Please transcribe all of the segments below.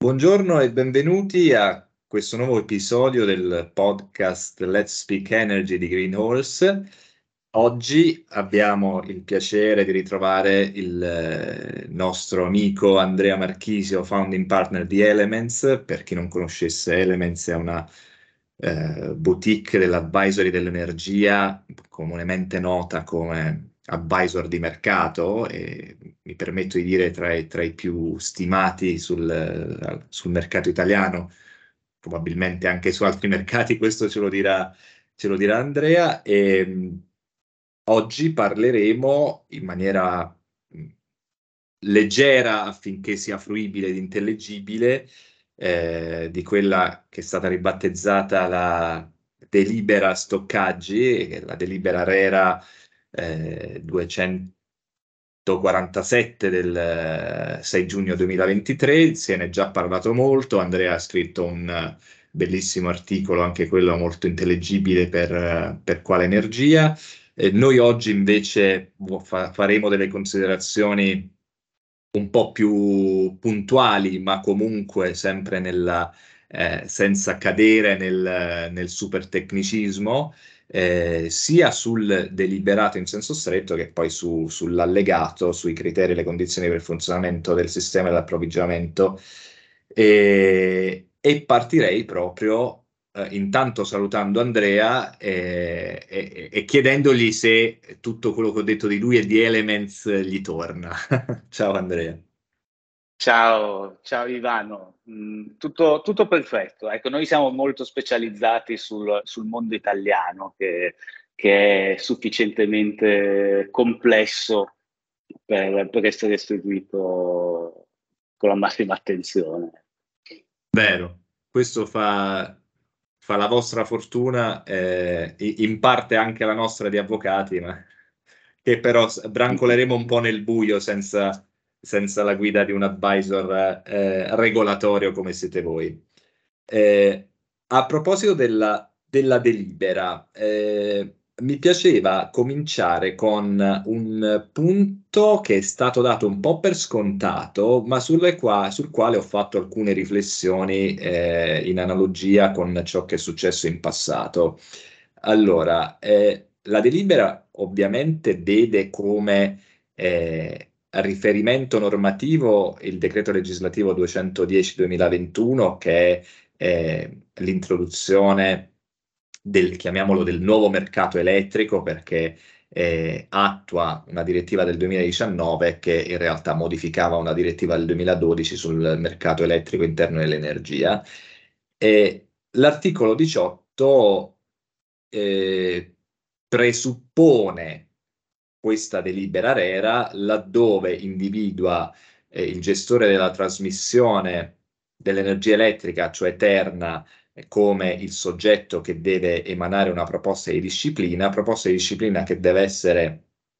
Buongiorno e benvenuti a questo nuovo episodio del podcast Let's Speak Energy di Green Horse. Oggi abbiamo il piacere di ritrovare il nostro amico Andrea Marchisio, founding partner di Elements. Per chi non conoscesse, Elements è una boutique dell'advisory dell'energia, comunemente nota come advisor di mercato, e mi permetto di dire tra i più stimati sul mercato italiano, probabilmente anche su altri mercati. Questo ce lo dirà Andrea. Oggi parleremo in maniera leggera, affinché sia fruibile ed intellegibile, di quella che è stata ribattezzata la delibera stoccaggi, che è la delibera RERA 247 del 6 giugno 2023. Se ne è già parlato molto. Andrea ha scritto un bellissimo articolo, anche quello molto intellegibile, per Quale Energia. Noi oggi invece faremo delle considerazioni un po' più puntuali, ma comunque sempre senza cadere nel super tecnicismo, sia sul deliberato in senso stretto che poi sull'allegato, sui criteri e le condizioni per il funzionamento del sistema di approvvigionamento. E partirei proprio, intanto salutando Andrea, e chiedendogli se tutto quello che ho detto di lui e di Elements gli torna. Ciao Andrea. Ciao Ivano. Tutto perfetto. Ecco, noi siamo molto specializzati sul mondo italiano, che è sufficientemente complesso per essere seguito con la massima attenzione. Vero, questo fa la vostra fortuna, in parte anche la nostra di avvocati, ma che però brancoleremo un po' nel buio senza la guida di un advisor regolatorio come siete voi. A proposito della delibera, mi piaceva cominciare con un punto che è stato dato un po' per scontato, ma sul quale ho fatto alcune riflessioni, in analogia con ciò che è successo in passato. Allora, la delibera ovviamente vede come riferimento normativo il decreto legislativo 210-2021, che è l'introduzione chiamiamolo, del nuovo mercato elettrico, perché attua una direttiva del 2019 che in realtà modificava una direttiva del 2012 sul mercato elettrico interno dell'energia. E l'articolo 18 presuppone questa delibera RERA laddove individua il gestore della trasmissione dell'energia elettrica, cioè Terna, come il soggetto che deve emanare una proposta di disciplina che deve essere...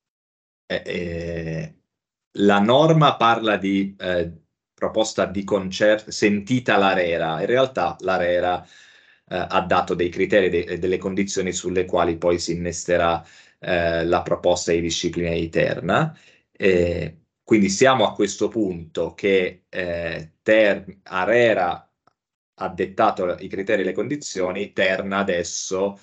la norma parla di proposta di concerto, sentita la RERA. In realtà la RERA ha dato dei criteri e delle condizioni sulle quali poi si innesterà la proposta di disciplina di Terna. Quindi siamo a questo punto che ARERA ha dettato i criteri e le condizioni. Terna adesso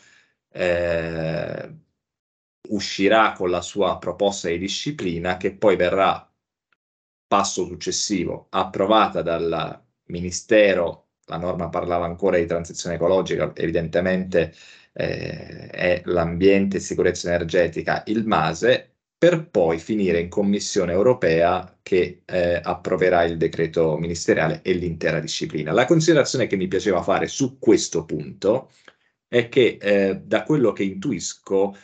uscirà con la sua proposta di disciplina, che poi verrà, passo successivo, approvata dal Ministero. La norma parlava ancora di transizione ecologica, evidentemente è l'ambiente e sicurezza energetica, il MASE, per poi finire in Commissione europea, che approverà il decreto ministeriale e l'intera disciplina. La considerazione che mi piaceva fare su questo punto è che, da quello che intuisco,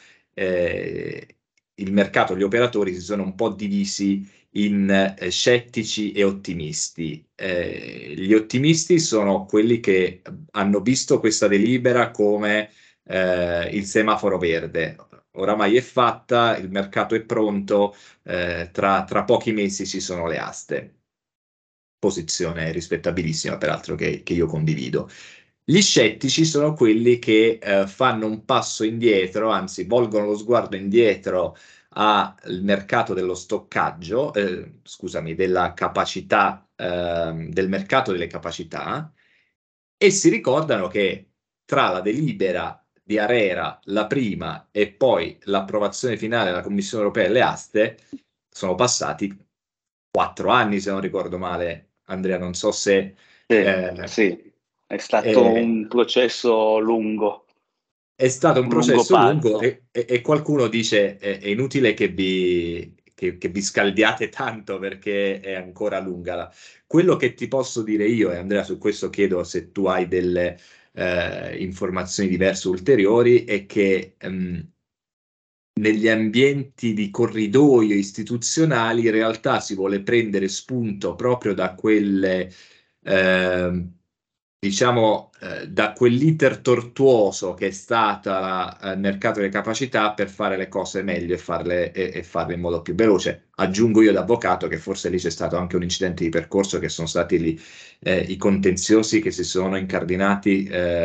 il mercato, gli operatori si sono un po' divisi in scettici e ottimisti. Gli ottimisti sono quelli che hanno visto questa delibera come il semaforo verde. Oramai è fatta, il mercato è pronto, tra pochi mesi ci sono le aste. Posizione rispettabilissima, peraltro, che io condivido. Gli scettici sono quelli che fanno un passo indietro, anzi volgono lo sguardo indietro al mercato dello stoccaggio, scusami, della capacità, del mercato delle capacità, e si ricordano che tra la delibera di ARERA, la prima, e poi l'approvazione finale della Commissione europea e le aste, sono passati 4 anni, se non ricordo male. Andrea, non so se... Sì, è stato eh, un processo lungo. È stato un Un lungo processo lungo parto. e qualcuno dice è inutile che vi scaldiate tanto perché è ancora lunga. Quello che ti posso dire io, e Andrea, su questo chiedo se tu hai delle informazioni diverse ulteriori, è che negli ambienti di corridoio istituzionali in realtà si vuole prendere spunto proprio da quelle, eh, diciamo, da quell'iter tortuoso che è stata il mercato delle capacità per fare le cose meglio e farle in modo più veloce. Aggiungo io da avvocato che forse lì c'è stato anche un incidente di percorso, che sono stati lì i contenziosi che si sono incardinati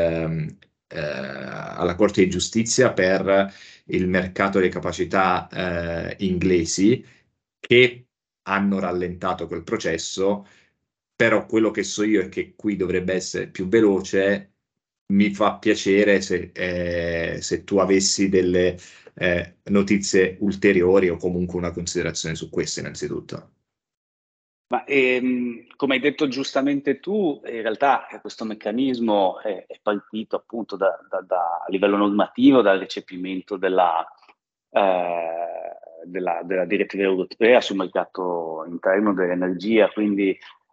alla Corte di Giustizia per il mercato delle capacità inglesi, che hanno rallentato quel processo, però quello che so io è che qui dovrebbe essere più veloce. Mi fa piacere se tu avessi delle notizie ulteriori o comunque una considerazione su questo innanzitutto. Ma come hai detto giustamente tu, in realtà questo meccanismo è partito appunto a livello normativo dal recepimento della direttiva europea sul mercato interno dell'energia, quindi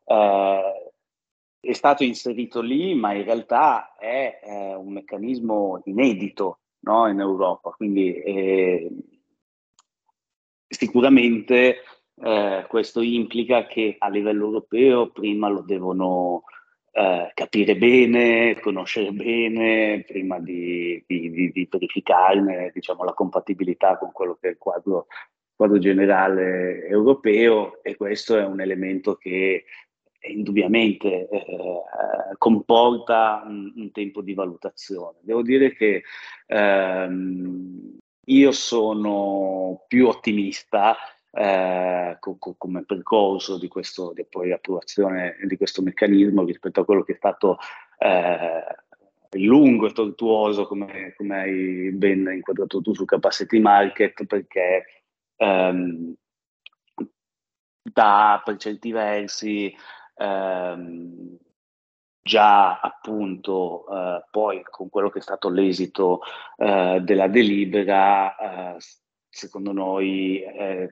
è stato inserito lì, ma in realtà è un meccanismo inedito, no, in Europa, quindi sicuramente questo implica che a livello europeo prima lo devono capire bene, conoscere bene, prima di verificarne, diciamo, la compatibilità con quello che è il quadro generale europeo, e questo è un elemento che indubbiamente comporta un tempo di valutazione. Devo dire che io sono più ottimista come percorso di poi approvazione di questo meccanismo rispetto a quello che è stato lungo e tortuoso, come hai ben inquadrato tu, sul capacity market, perché per certi versi già appunto poi con quello che è stato l'esito della delibera, secondo noi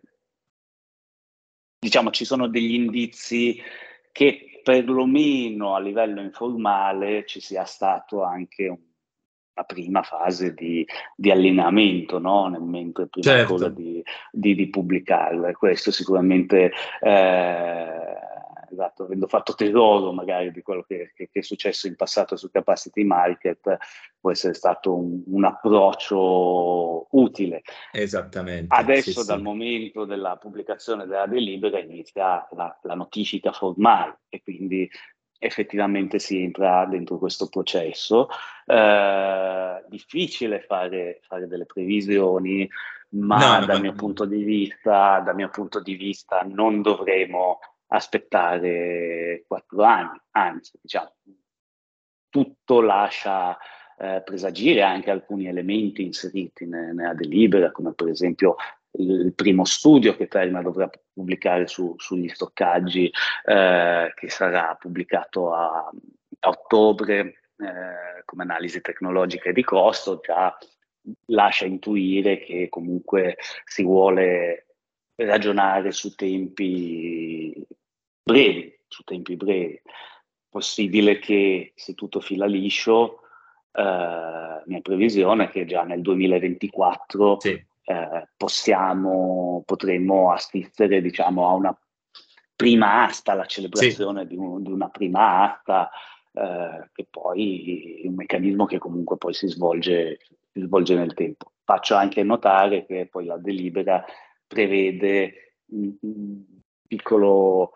diciamo ci sono degli indizi che perlomeno a livello informale ci sia stato anche una prima fase di allineamento, no? Mentre prima ancora Certo. di pubblicarlo, e questo sicuramente esatto, avendo fatto tesoro magari di quello che è successo in passato sul capacity market, può essere stato un approccio utile. Esattamente, sì, Adesso, dal sì. momento della pubblicazione della delibera, inizia la notifica formale, e quindi effettivamente si entra dentro questo processo. Difficile fare delle previsioni, No, ma no, dal mio punto di vista non dovremo aspettare 4 anni, anzi, diciamo, tutto lascia presagire anche alcuni elementi inseriti nella delibera, come per esempio il primo studio che Terna dovrà pubblicare sugli stoccaggi, che sarà pubblicato a ottobre, come analisi tecnologica e di costo, già lascia intuire che comunque si vuole ragionare su tempi brevi. Possibile che, se tutto fila liscio, mia previsione è che già nel 2024 sì, potremmo assistere, diciamo, a una prima asta, la sì. celebrazione di una prima asta, che poi è un meccanismo che comunque poi si svolge nel tempo. Faccio anche notare che poi la delibera prevede un piccolo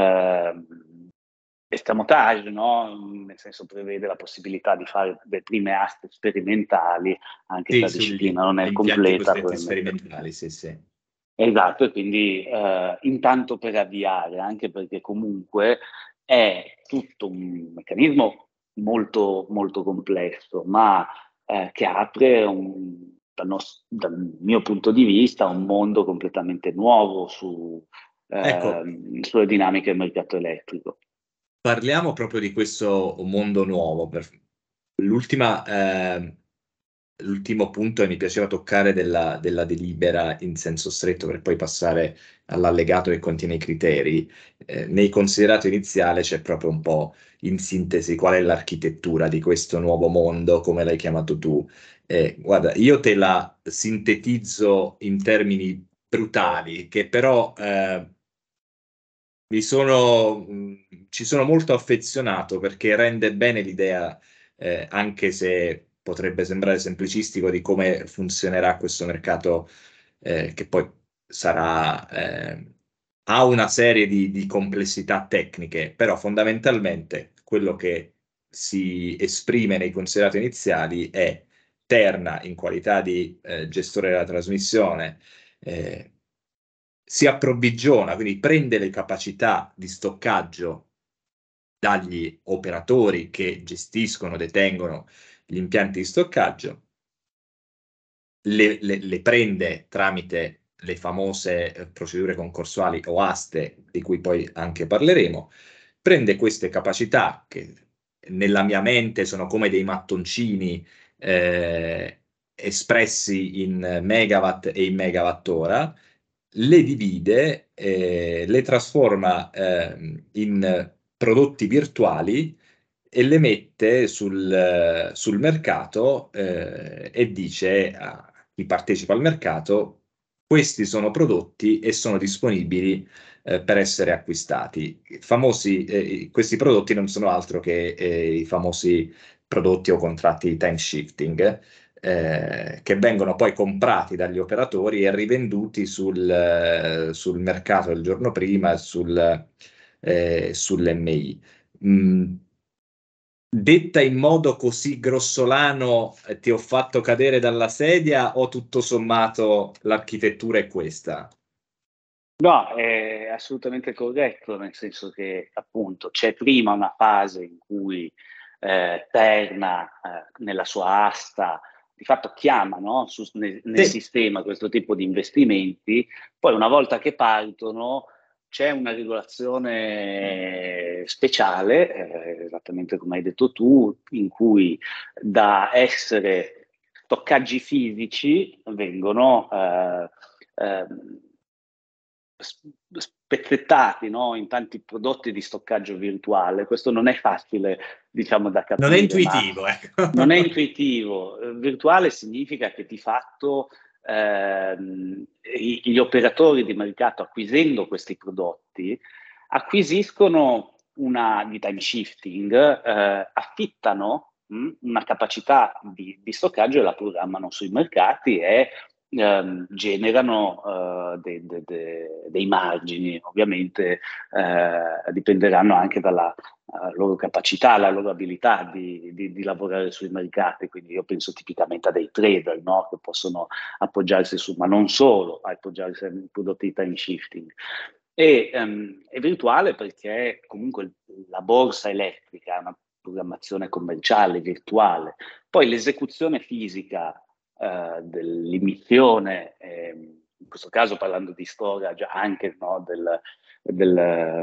escamotage, no? Nel senso, prevede la possibilità di fare le prime aste sperimentali, anche se Sì, la sugli disciplina non è impianti completa, cosiddetti probabilmente. sperimentali, sì, sì. Esatto, e quindi intanto per avviare, anche perché comunque è tutto un meccanismo molto, molto complesso, ma che apre, dal mio punto di vista, un mondo completamente nuovo Ecco, sulle dinamiche del mercato elettrico. parliamo proprio di questo mondo nuovo. L'ultima, l'ultimo punto che mi piaceva toccare della delibera in senso stretto per poi passare all'allegato che contiene i criteri. Nei considerato iniziale c'è proprio un po' in sintesi qual è l'architettura di questo nuovo mondo, come l'hai chiamato tu. Guarda, io te la sintetizzo in termini brutali, che però ci sono molto affezionato perché rende bene l'idea, anche se potrebbe sembrare semplicistico, di come funzionerà questo mercato, che poi sarà, ha una serie di complessità tecniche, però fondamentalmente quello che si esprime nei considerati iniziali è Terna in qualità di gestore della trasmissione. eh, si approvvigiona, quindi prende le capacità di stoccaggio dagli operatori che gestiscono, detengono gli impianti di stoccaggio, le prende tramite le famose procedure concorsuali o aste, di cui poi anche parleremo, prende queste capacità che nella mia mente sono come dei mattoncini espressi in megawatt e in megawattora, le divide, le trasforma in prodotti virtuali e le mette sul mercato e dice a chi partecipa al mercato: questi sono prodotti e sono disponibili per essere acquistati. Questi prodotti non sono altro che i famosi prodotti o contratti di time shifting, che vengono poi comprati dagli operatori e rivenduti sul mercato il giorno prima e sull'MI. Mm, Detta in modo così grossolano, ti ho fatto cadere dalla sedia o tutto sommato l'architettura è questa? No, è assolutamente corretto, nel senso che appunto c'è prima una fase in cui Terna nella sua asta di fatto chiama, no, nel Sì, sistema questo tipo di investimenti, poi una volta che partono c'è una regolazione speciale, esattamente come hai detto tu, in cui da essere stoccaggi fisici vengono spezzettati, no, in tanti prodotti di stoccaggio virtuale. Questo non è facile, diciamo, da non è capire, ma intuitivo, ecco. non è intuitivo. Virtuale significa che di fatto gli operatori di mercato, acquisendo questi prodotti, acquisiscono di time shifting, affittano una capacità di stoccaggio e la programmano sui mercati e generano dei margini. Ovviamente dipenderanno anche dalla loro capacità, la loro abilità di lavorare sui mercati. Quindi io penso tipicamente a dei trader, no? Che possono appoggiarsi su, ma non solo, appoggiarsi a prodotti di time shifting. È virtuale perché comunque la borsa elettrica è una programmazione commerciale virtuale, poi l'esecuzione fisica dell'emissione, in questo caso parlando di storage anche, no, del,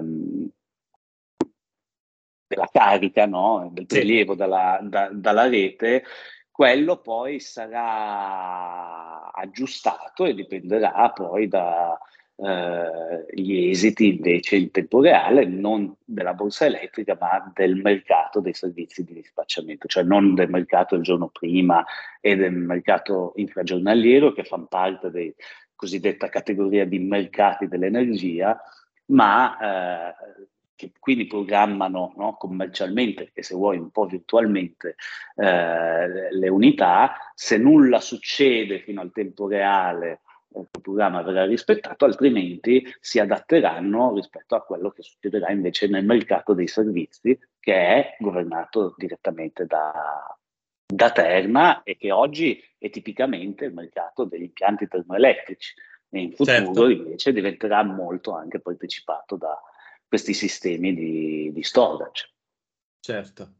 della carica, no, del Sì. prelievo dalla rete, quello poi sarà aggiustato e dipenderà poi dagli esiti invece in tempo reale, non della borsa elettrica, ma del mercato dei servizi di dispacciamento, cioè non del mercato il giorno prima e del mercato infragiornaliero, che fanno parte della cosiddetta categoria di mercati dell'energia, ma che quindi programmano, no, commercialmente e se vuoi un po' virtualmente le unità. Se nulla succede fino al tempo reale, il programma verrà rispettato, altrimenti si adatteranno rispetto a quello che succederà invece nel mercato dei servizi, che è governato direttamente da Terna e che oggi è tipicamente il mercato degli impianti termoelettrici. e in futuro invece diventerà molto anche partecipato da questi sistemi di storage. Certo,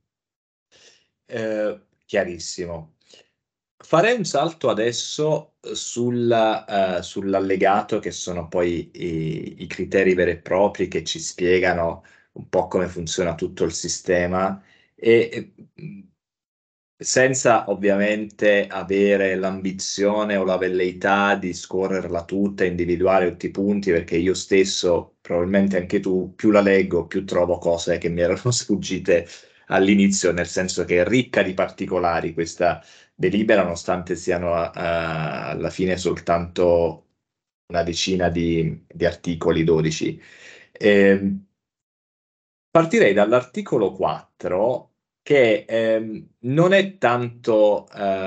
chiarissimo. Farei un salto adesso sull'allegato, che sono poi i criteri veri e propri che ci spiegano un po' come funziona tutto il sistema e senza ovviamente avere l'ambizione o la velleità di scorrerla tutta, individuare tutti i punti, perché io stesso, probabilmente anche tu, più la leggo, più trovo cose che mi erano sfuggite all'inizio, nel senso che è ricca di particolari questa delibera, nonostante siano alla fine soltanto una decina di articoli, 12. Partirei dall'articolo 4 che non è tanto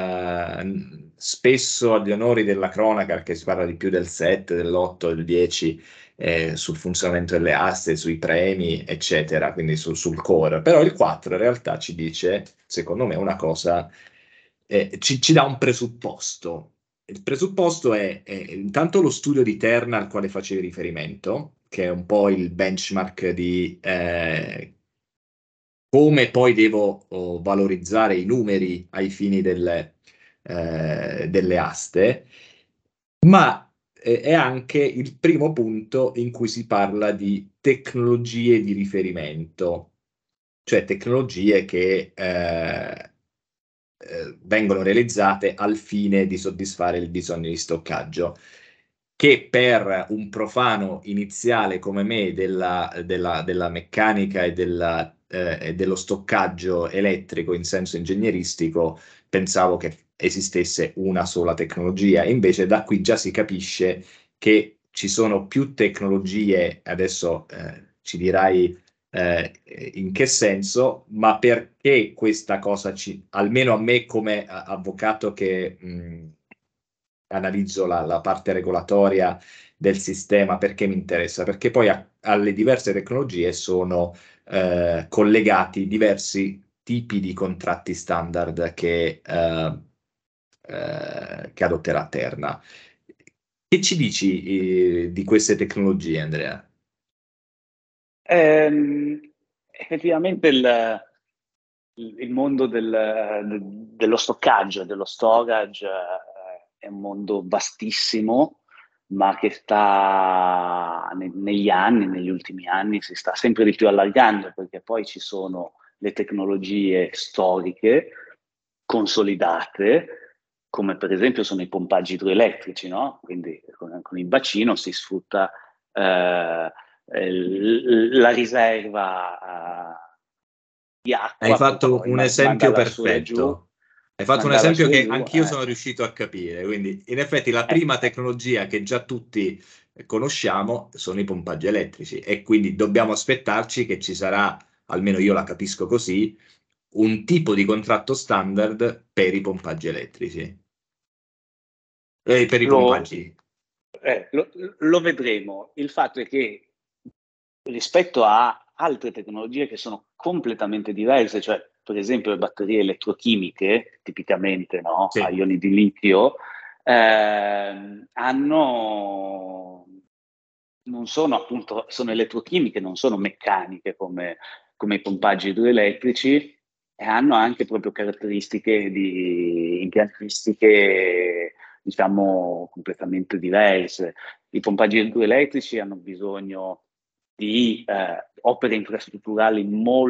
spesso agli onori della cronaca, perché si parla di più del 7, dell'8, del 10 sul funzionamento delle aste, sui premi, eccetera, quindi sul core. Però il 4 in realtà ci dice, secondo me, una cosa, ci dà un presupposto. Il presupposto è intanto lo studio di Terna al quale facevi riferimento, che è un po' il benchmark di come poi devo valorizzare i numeri ai fini delle aste, ma è anche il primo punto in cui si parla di tecnologie di riferimento, cioè tecnologie che vengono realizzate al fine di soddisfare il bisogno di stoccaggio, che per un profano iniziale come me della meccanica e dello stoccaggio elettrico in senso ingegneristico, pensavo che esistesse una sola tecnologia. Invece da qui già si capisce che ci sono più tecnologie, adesso ci dirai in che senso, ma perché questa cosa almeno a me come avvocato che analizzo la parte regolatoria del sistema, perché mi interessa? Perché poi alle diverse tecnologie sono collegati diversi tipi di contratti standard che adotterà Terna. Che ci dici di queste tecnologie, Andrea? Effettivamente il mondo dello stoccaggio, dello storage è un mondo vastissimo, ma che sta negli ultimi anni, si sta sempre di più allargando, perché poi ci sono le tecnologie storiche consolidate, come per esempio sono i pompaggi idroelettrici, no? Quindi con il bacino si sfrutta la riserva di Hai acqua per fatto poi un esempio mandarla su e giù, perfetto. Hai fatto un mandarla esempio su e che giù. anch'io sono riuscito a capire. Quindi, in effetti, la prima Eh. tecnologia che già tutti conosciamo sono i pompaggi elettrici e quindi dobbiamo aspettarci che ci sarà, almeno io la capisco così, un tipo di contratto standard per i pompaggi elettrici. Per i Lo, pompaggi. lo vedremo. Il fatto è che rispetto a altre tecnologie che sono completamente diverse, cioè per esempio le batterie elettrochimiche, tipicamente no, a Sì. ioni di litio, hanno, non sono appunto, sono elettrochimiche, non sono meccaniche come i pompaggi idroelettrici, e hanno anche proprio caratteristiche di impiantistiche, diciamo, completamente diverse. I pompaggi idroelettrici hanno bisogno di opere infrastrutturali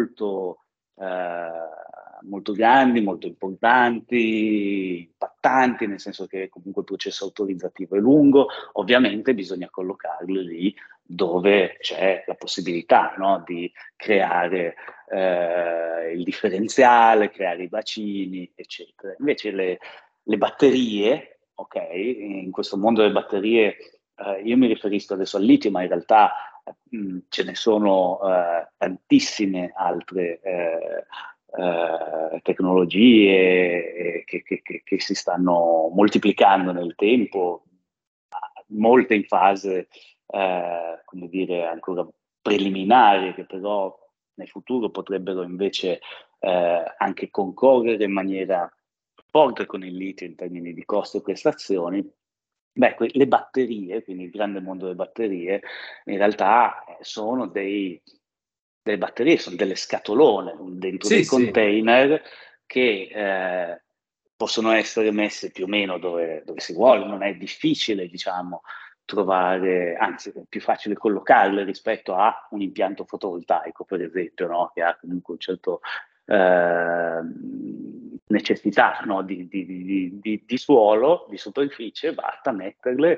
molto grandi, molto importanti, impattanti, nel senso che comunque il processo autorizzativo è lungo. Ovviamente bisogna collocarli lì dove c'è la possibilità, no, di creare il differenziale, creare i bacini, eccetera. Invece le batterie, ok, in questo mondo delle batterie io mi riferisco adesso al litio, ma in realtà ce ne sono tantissime altre tecnologie che si stanno moltiplicando nel tempo, molte in fase, come dire, ancora preliminari, che però nel futuro potrebbero invece anche concorrere in maniera forte con il litio in termini di costo e prestazioni. Beh, le batterie, quindi il grande mondo delle batterie, in realtà sono delle batterie, sono delle scatolone dentro Sì, dei sì. container che possono essere messe più o meno dove si vuole, non è difficile, diciamo, trovare, anzi è più facile collocarle rispetto a un impianto fotovoltaico, per esempio, no? Che ha comunque un certo necessità, no? di suolo, di superficie, basta metterle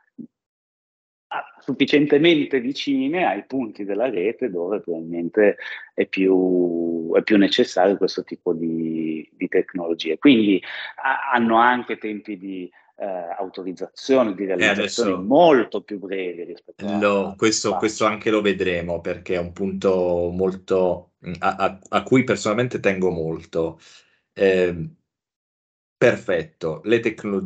sufficientemente vicine ai punti della rete dove probabilmente è più necessario questo tipo di tecnologie. Quindi hanno anche tempi di autorizzazione, di E realizzazione adesso molto più brevi rispetto a questo facili. anche lo vedremo perché è un punto molto a cui personalmente tengo molto. Eh, Perfetto, le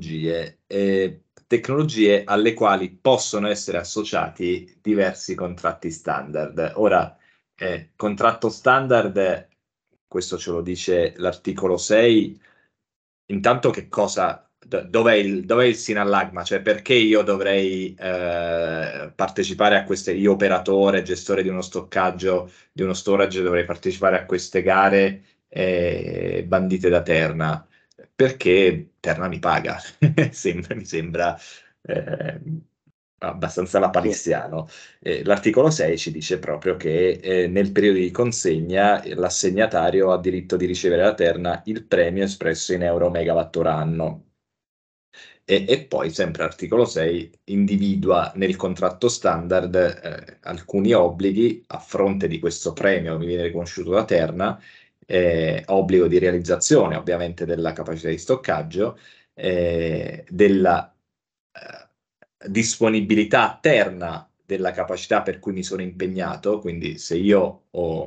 tecnologie alle quali possono essere associati diversi contratti standard. Ora, contratto standard, questo ce lo dice l'articolo 6, intanto che cosa, dov'è il sinallagma? Cioè perché io dovrei partecipare a queste, io operatore, gestore di uno stoccaggio, di uno storage, dovrei partecipare a queste gare bandite da Terna? Perché Terna mi paga, mi sembra eh, abbastanza Sì, lapalissiano. L'articolo 6 ci dice proprio che nel periodo di consegna l'assegnatario ha diritto di ricevere da Terna il premio espresso in euro megawattora anno. E poi, sempre l'articolo 6, individua nel contratto standard alcuni obblighi a fronte di questo premio che mi viene riconosciuto da Terna, obbligo di realizzazione ovviamente della capacità di stoccaggio, della disponibilità Terna della capacità per cui mi sono impegnato, quindi se io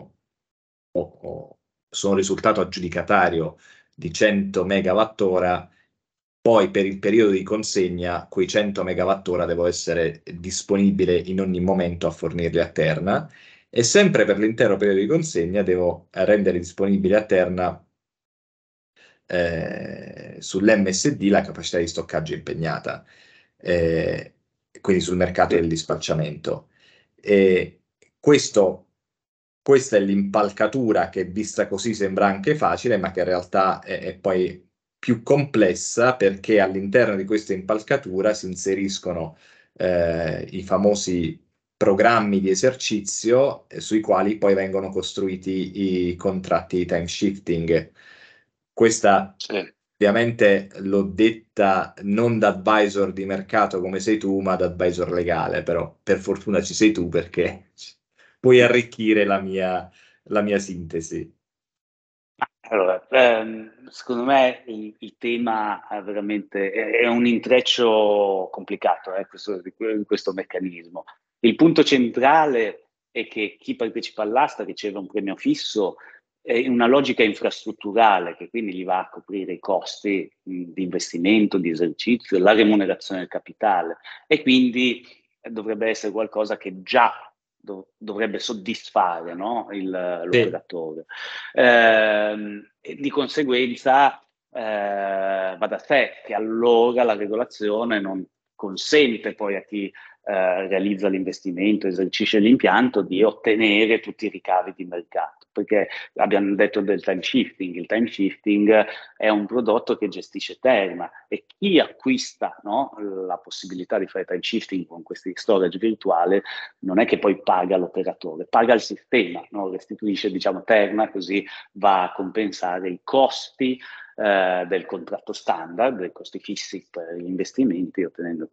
sono risultato aggiudicatario di 100 megawattora, poi per il periodo di consegna quei 100 megawattora devo essere disponibile in ogni momento a fornirli a Terna e sempre per l'intero periodo di consegna devo rendere disponibile a Terna sull'MSD la capacità di stoccaggio impegnata, eh, quindi sul mercato del sì, dispacciamento. E questo, questa è l'impalcatura che vista così sembra anche facile, ma che in realtà è poi più complessa perché all'interno di questa impalcatura si inseriscono i famosi programmi di esercizio sui quali poi vengono costruiti i contratti di time shifting. Questa sì. ovviamente l'ho detta non da advisor di mercato come sei tu, ma da advisor legale, però per fortuna ci sei tu perché puoi arricchire la mia sintesi. Allora, secondo me il tema è veramente è un intreccio complicato, questo meccanismo. Il punto centrale è che chi partecipa all'asta riceve un premio fisso in una logica infrastrutturale che quindi gli va a coprire i costi di investimento, di esercizio, la remunerazione del capitale e quindi dovrebbe essere qualcosa che già dovrebbe soddisfare, no, Sì, l'operatore. E di conseguenza va da sé che allora la regolazione non consente poi a chi realizza l'investimento, esercisce l'impianto di ottenere tutti i ricavi di mercato, perché abbiamo detto del time shifting, il time shifting è un prodotto che gestisce Terna e chi acquista, no, la possibilità di fare time shifting con questi storage virtuali non è che poi paga l'operatore, paga il sistema, no? Restituisce diciamo Terna, così va a compensare i costi del contratto standard, dei costi fissi per gli investimenti, ottenendo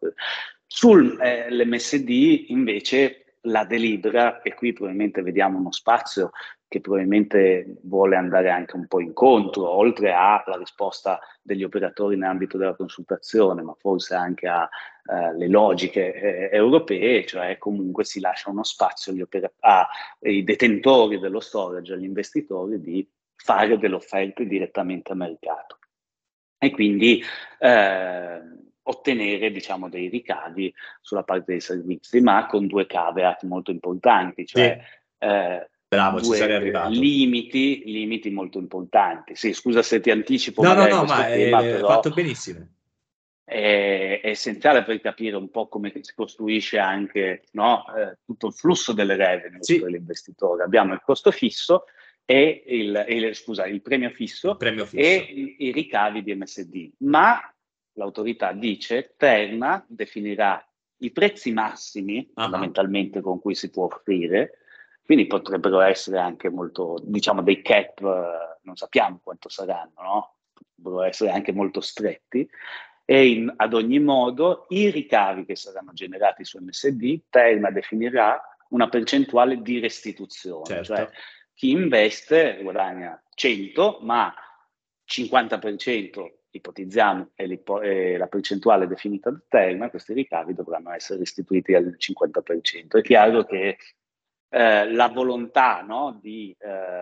sull'MSD invece la delibera, e qui probabilmente vediamo uno spazio che probabilmente vuole andare anche un po' incontro, oltre alla risposta degli operatori nell'ambito della consultazione, ma forse anche alle logiche europee, cioè comunque si lascia uno spazio ai detentori dello storage, agli investitori di fare delle offerte direttamente a mercato e quindi ottenere diciamo dei ricavi sulla parte dei servizi, ma con due caveat molto importanti, cioè sì, bravo, ci sarei due arrivato. limiti molto importanti. Sì, scusa se ti anticipo No, no, magari no, ma questo tema, hai però fatto benissimo. è essenziale per capire un po' come si costruisce anche, no, tutto il flusso delle revenue Sì. per l'investitore. Abbiamo il costo fisso e il premio fisso, e i ricavi di MSD. Ma l'autorità dice Terna definirà i prezzi massimi, fondamentalmente, con cui si può offrire, quindi potrebbero essere anche molto, diciamo, dei cap, non sappiamo quanto saranno, no? Potrebbero essere anche molto stretti, e ad ogni modo i ricavi che saranno generati su MSD, Terna definirà una percentuale di restituzione, certo. Cioè chi investe guadagna 100, ma 50%, ipotizziamo, è la percentuale definita da Terna, questi ricavi dovranno essere restituiti al 50%. È chiaro che la volontà, no, di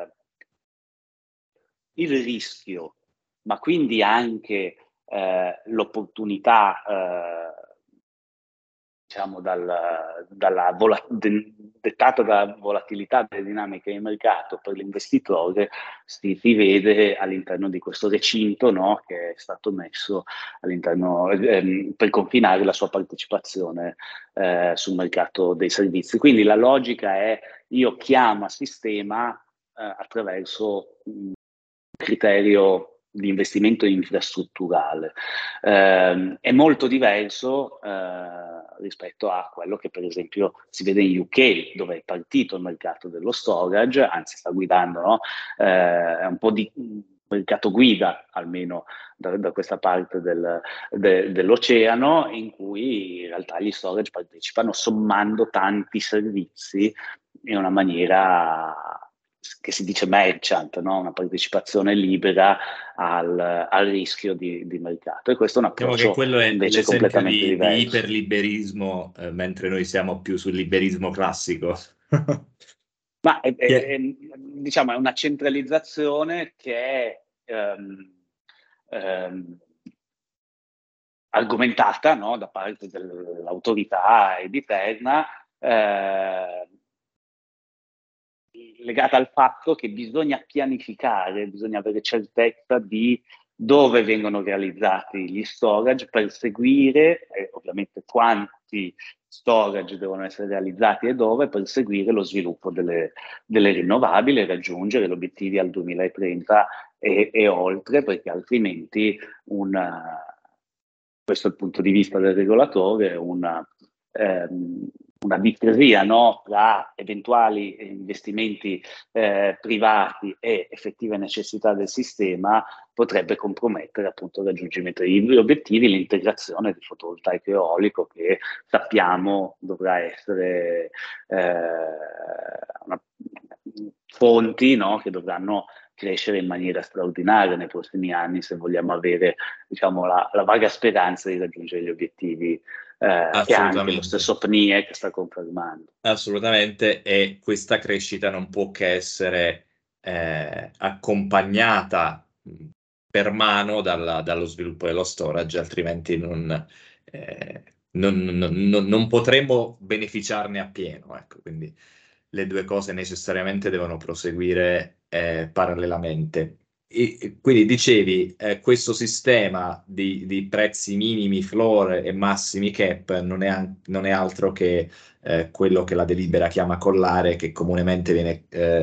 il rischio, ma quindi anche l'opportunità, diciamo, dettata dalla volatilità delle dinamiche di mercato per l'investitore, si vede all'interno di questo recinto, no, che è stato messo all'interno per confinare la sua partecipazione sul mercato dei servizi. Quindi la logica è: io chiamo a sistema attraverso un criterio di investimento infrastrutturale. È molto diverso rispetto a quello che per esempio si vede in UK, dove è partito il mercato dello storage, anzi sta guidando, no? Un po' di mercato guida, almeno da questa parte dell'oceano, in cui in realtà gli storage partecipano sommando tanti servizi in una maniera che si dice merchant, no? Una partecipazione libera al rischio di mercato, e questo è un Diciamo approccio che quello è invece l'esempio completamente di diverso. iperliberismo, mentre noi siamo più sul liberismo classico. Ma diciamo, è una centralizzazione che è argomentata, no, da parte dell'autorità e di Terna, legata al fatto che bisogna pianificare, bisogna avere certezza di dove vengono realizzati gli storage per seguire, ovviamente quanti storage devono essere realizzati e dove, per seguire lo sviluppo delle rinnovabili e raggiungere gli obiettivi al 2030 e oltre, perché altrimenti questo è il punto di vista del regolatore, una discrasia, no, tra eventuali investimenti privati e effettive necessità del sistema potrebbe compromettere appunto il raggiungimento degli obiettivi, l'integrazione di fotovoltaico eolico, che sappiamo dovrà essere fonti, no, che dovranno crescere in maniera straordinaria nei prossimi anni, se vogliamo avere, diciamo, la vaga speranza di raggiungere gli obiettivi che anche lo stesso PNIEC sta confermando. Assolutamente, e questa crescita non può che essere accompagnata per mano dallo sviluppo dello storage, altrimenti non potremo beneficiarne appieno. Ecco, quindi le due cose necessariamente devono proseguire parallelamente. E quindi dicevi, questo sistema di prezzi minimi, floor e massimi cap non è altro che quello che la delibera chiama collare, che comunemente viene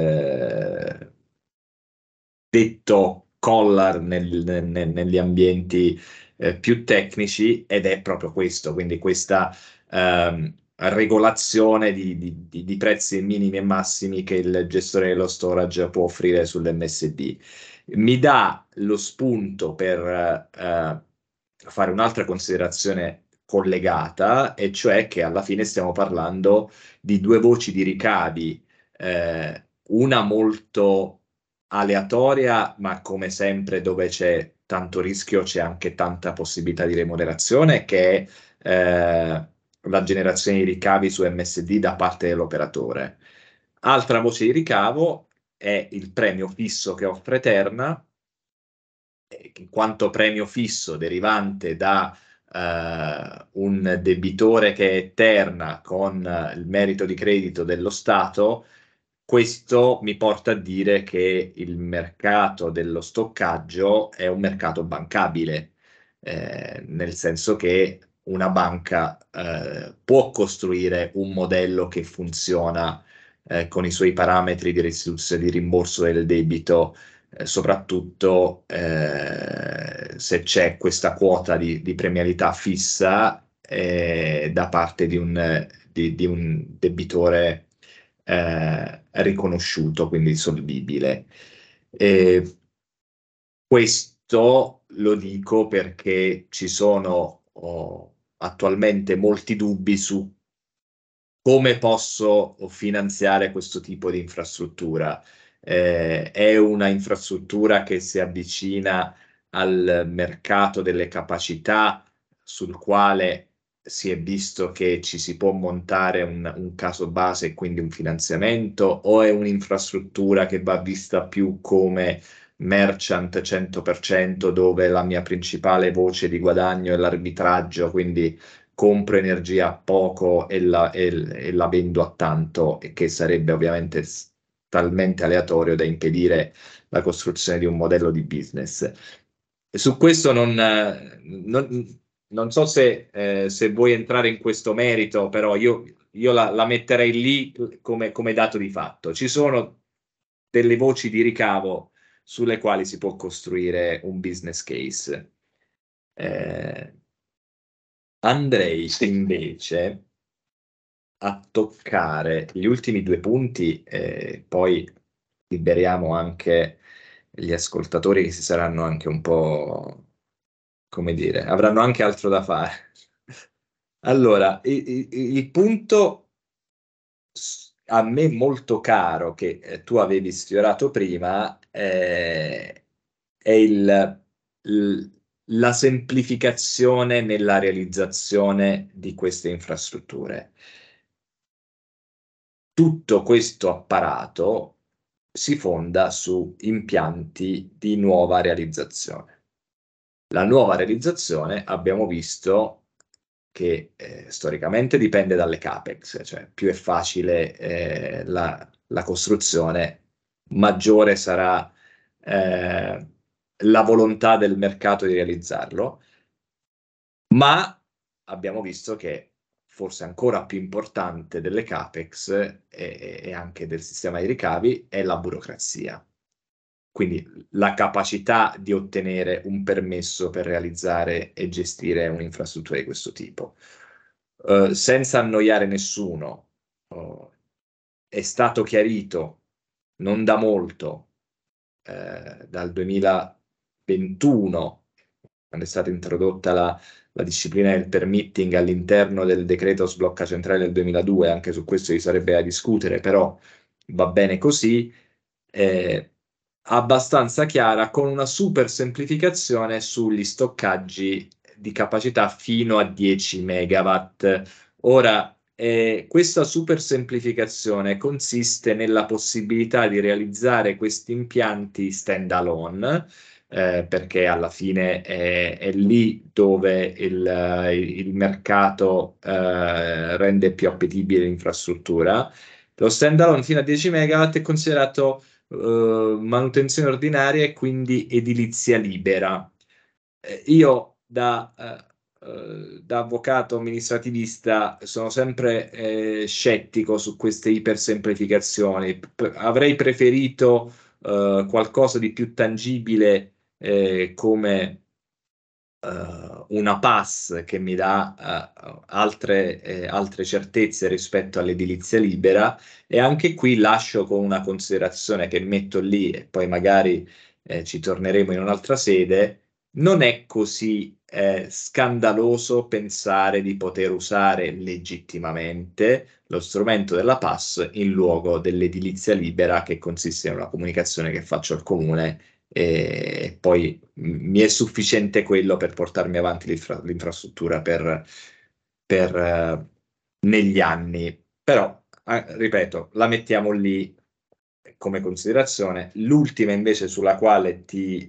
detto collar negli ambienti più tecnici, ed è proprio questo, quindi questa regolazione di prezzi minimi e massimi che il gestore dello storage può offrire sull'MSD. Mi dà lo spunto per fare un'altra considerazione collegata, e cioè che alla fine stiamo parlando di due voci di ricavi, una molto aleatoria, ma come sempre dove c'è tanto rischio c'è anche tanta possibilità di remunerazione, che è la generazione di ricavi su MSD da parte dell'operatore. Altra voce di ricavo è il premio fisso che offre Terna, in quanto premio fisso derivante da un debitore che è Terna con il merito di credito dello Stato. Questo mi porta a dire che il mercato dello stoccaggio è un mercato bancabile, nel senso che una banca può costruire un modello che funziona con i suoi parametri di restituzione di rimborso del debito, soprattutto se c'è questa quota di premialità fissa da parte di un debitore riconosciuto, quindi solvibile. Questo lo dico perché ci sono attualmente molti dubbi su come posso finanziare questo tipo di infrastruttura. È una infrastruttura che si avvicina al mercato delle capacità, sul quale si è visto che ci si può montare un caso base e quindi un finanziamento, o è un'infrastruttura che va vista più come merchant 100%, dove la mia principale voce di guadagno è l'arbitraggio, quindi compro energia a poco e la vendo a tanto, e che sarebbe ovviamente talmente aleatorio da impedire la costruzione di un modello di business. E su questo non so se vuoi entrare in questo merito, però io la metterei lì come dato di fatto. Ci sono delle voci di ricavo sulle quali si può costruire un business case. Andrei Sì. invece a toccare gli ultimi due punti, poi liberiamo anche gli ascoltatori che si saranno anche un po', come dire, avranno anche altro da fare. Allora, il punto a me molto caro che tu avevi sfiorato prima è la semplificazione nella realizzazione di queste infrastrutture. Tutto questo apparato si fonda su impianti di nuova realizzazione. La nuova realizzazione abbiamo visto che storicamente dipende dalle capex, cioè più è facile la costruzione, maggiore sarà la volontà del mercato di realizzarlo, ma abbiamo visto che forse ancora più importante delle capex e anche del sistema di ricavi è la burocrazia. Quindi la capacità di ottenere un permesso per realizzare e gestire un'infrastruttura di questo tipo. Senza annoiare nessuno, è stato chiarito non da molto, dal 2021, quando è stata introdotta la disciplina del permitting all'interno del decreto sblocca centrale del 2002, anche su questo ci sarebbe da discutere, però va bene così, abbastanza chiara, con una super semplificazione sugli stoccaggi di capacità fino a 10 megawatt. Ora, questa super semplificazione consiste nella possibilità di realizzare questi impianti stand-alone, perché alla fine è lì dove il mercato rende più appetibile l'infrastruttura. Lo stand-alone fino a 10 megawatt è considerato manutenzione ordinaria e quindi edilizia libera. Io da avvocato amministrativista sono sempre scettico su queste ipersemplificazioni. Avrei preferito qualcosa di più tangibile, come una pass che mi dà altre certezze rispetto all'edilizia libera, e anche qui lascio con una considerazione che metto lì e poi magari ci torneremo in un'altra sede. Non è così scandaloso pensare di poter usare legittimamente lo strumento della pass in luogo dell'edilizia libera, che consiste in una comunicazione che faccio al comune e poi mi è sufficiente quello per portarmi avanti l'infrastruttura negli anni. Però, ripeto, la mettiamo lì come considerazione. L'ultima invece sulla quale ti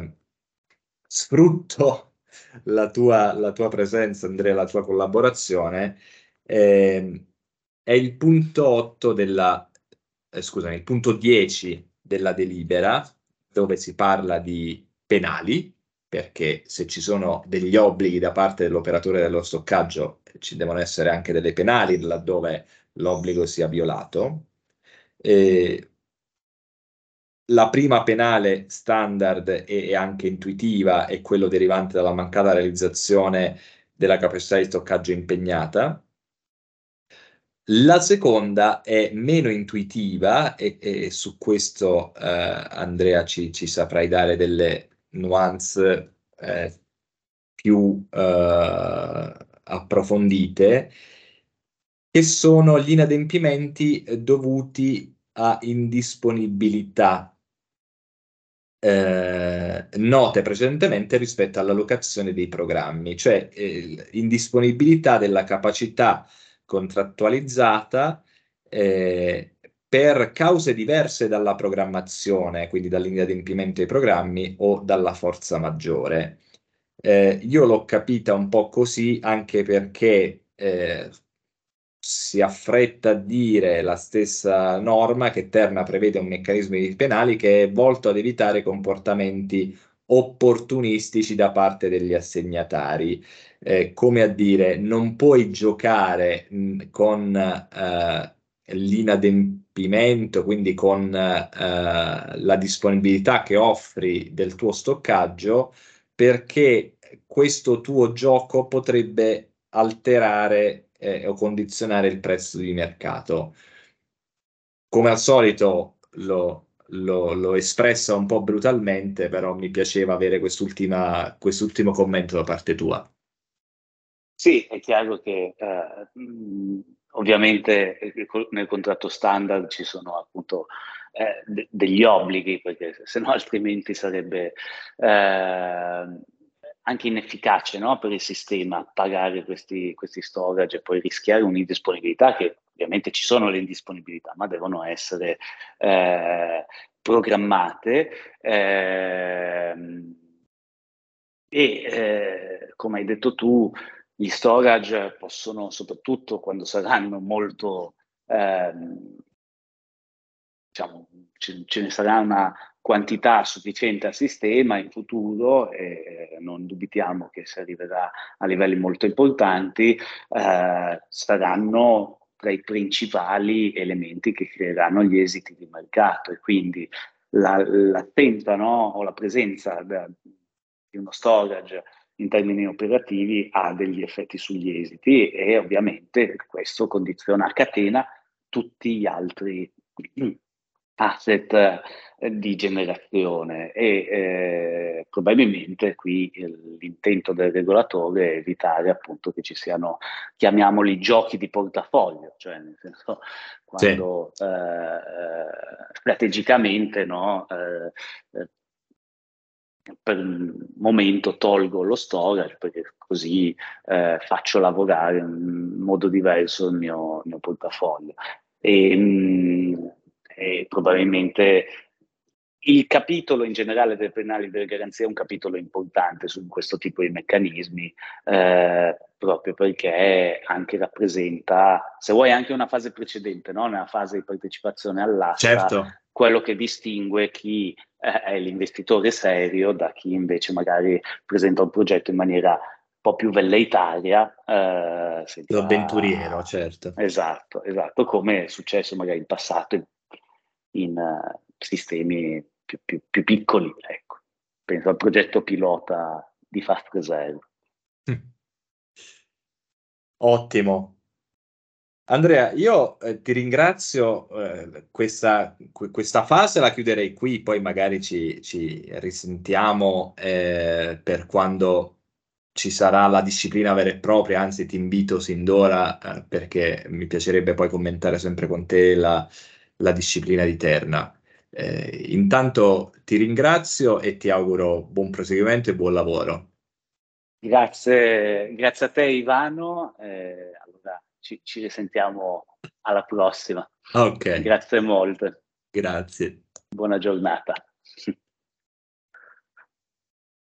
sfrutto la tua presenza, Andrea, la tua collaborazione, è il punto 8 scusami, il punto 10 della delibera, dove si parla di penali, perché se ci sono degli obblighi da parte dell'operatore dello stoccaggio, ci devono essere anche delle penali laddove l'obbligo sia violato. La prima penale standard e anche intuitiva è quello derivante dalla mancata realizzazione della capacità di stoccaggio impegnata. La seconda è meno intuitiva e su questo Andrea ci saprai dare delle nuance più approfondite, che sono gli inadempimenti dovuti a indisponibilità note precedentemente rispetto all'allocazione dei programmi, cioè indisponibilità della capacità contrattualizzata per cause diverse dalla programmazione, quindi dall'inadempimento dei programmi o dalla forza maggiore. Io l'ho capita un po' così anche perché si affretta a dire la stessa norma che Terna prevede un meccanismo di penali che è volto ad evitare comportamenti opportunistici da parte degli assegnatari. Come a dire, non puoi giocare con l'inadempimento, quindi con la disponibilità che offri del tuo stoccaggio, perché questo tuo gioco potrebbe alterare o condizionare il prezzo di mercato. Come al solito l'ho espressa un po' brutalmente, però mi piaceva avere quest'ultimo commento da parte tua. Sì, è chiaro che ovviamente nel contratto standard ci sono appunto degli obblighi, perché se no altrimenti sarebbe anche inefficace, no, per il sistema pagare questi storage e poi rischiare un'indisponibilità, che ovviamente ci sono le indisponibilità, ma devono essere programmate. Come hai detto tu, gli storage possono, soprattutto quando saranno molto, diciamo, ce ne sarà una quantità sufficiente al sistema in futuro, e non dubitiamo che si arriverà a livelli molto importanti, saranno tra i principali elementi che creeranno gli esiti di mercato, e quindi l'assenza, no, o la presenza di uno storage in termini operativi ha degli effetti sugli esiti, e ovviamente questo condiziona a catena tutti gli altri asset di generazione, e probabilmente qui l'intento del regolatore è evitare appunto che ci siano, chiamiamoli, giochi di portafoglio, cioè nel senso, Sì. quando strategicamente, no, per un momento tolgo lo storage perché così faccio lavorare in modo diverso il mio portafoglio. E probabilmente il capitolo in generale delle penali delle garanzie è un capitolo importante su questo tipo di meccanismi, proprio perché anche rappresenta, se vuoi, anche una fase precedente, no? Nella fase di partecipazione all'asta, Certo. quello che distingue chi è l'investitore serio da chi invece magari presenta un progetto in maniera un po' più velleitaria, L'avventuriero, certo. Esatto, come è successo magari in passato in sistemi più piccoli, ecco. Penso al progetto pilota di Fast Reserve. Ottimo. Andrea, io ti ringrazio, questa fase la chiuderei qui, poi magari ci risentiamo per quando ci sarà la disciplina vera e propria, anzi ti invito sin d'ora perché mi piacerebbe poi commentare sempre con te la disciplina di Terna. Intanto ti ringrazio e ti auguro buon proseguimento e buon lavoro. Grazie a te, Ivano. Allora ci risentiamo alla prossima. Ok, Grazie molto. grazie. Buona giornata.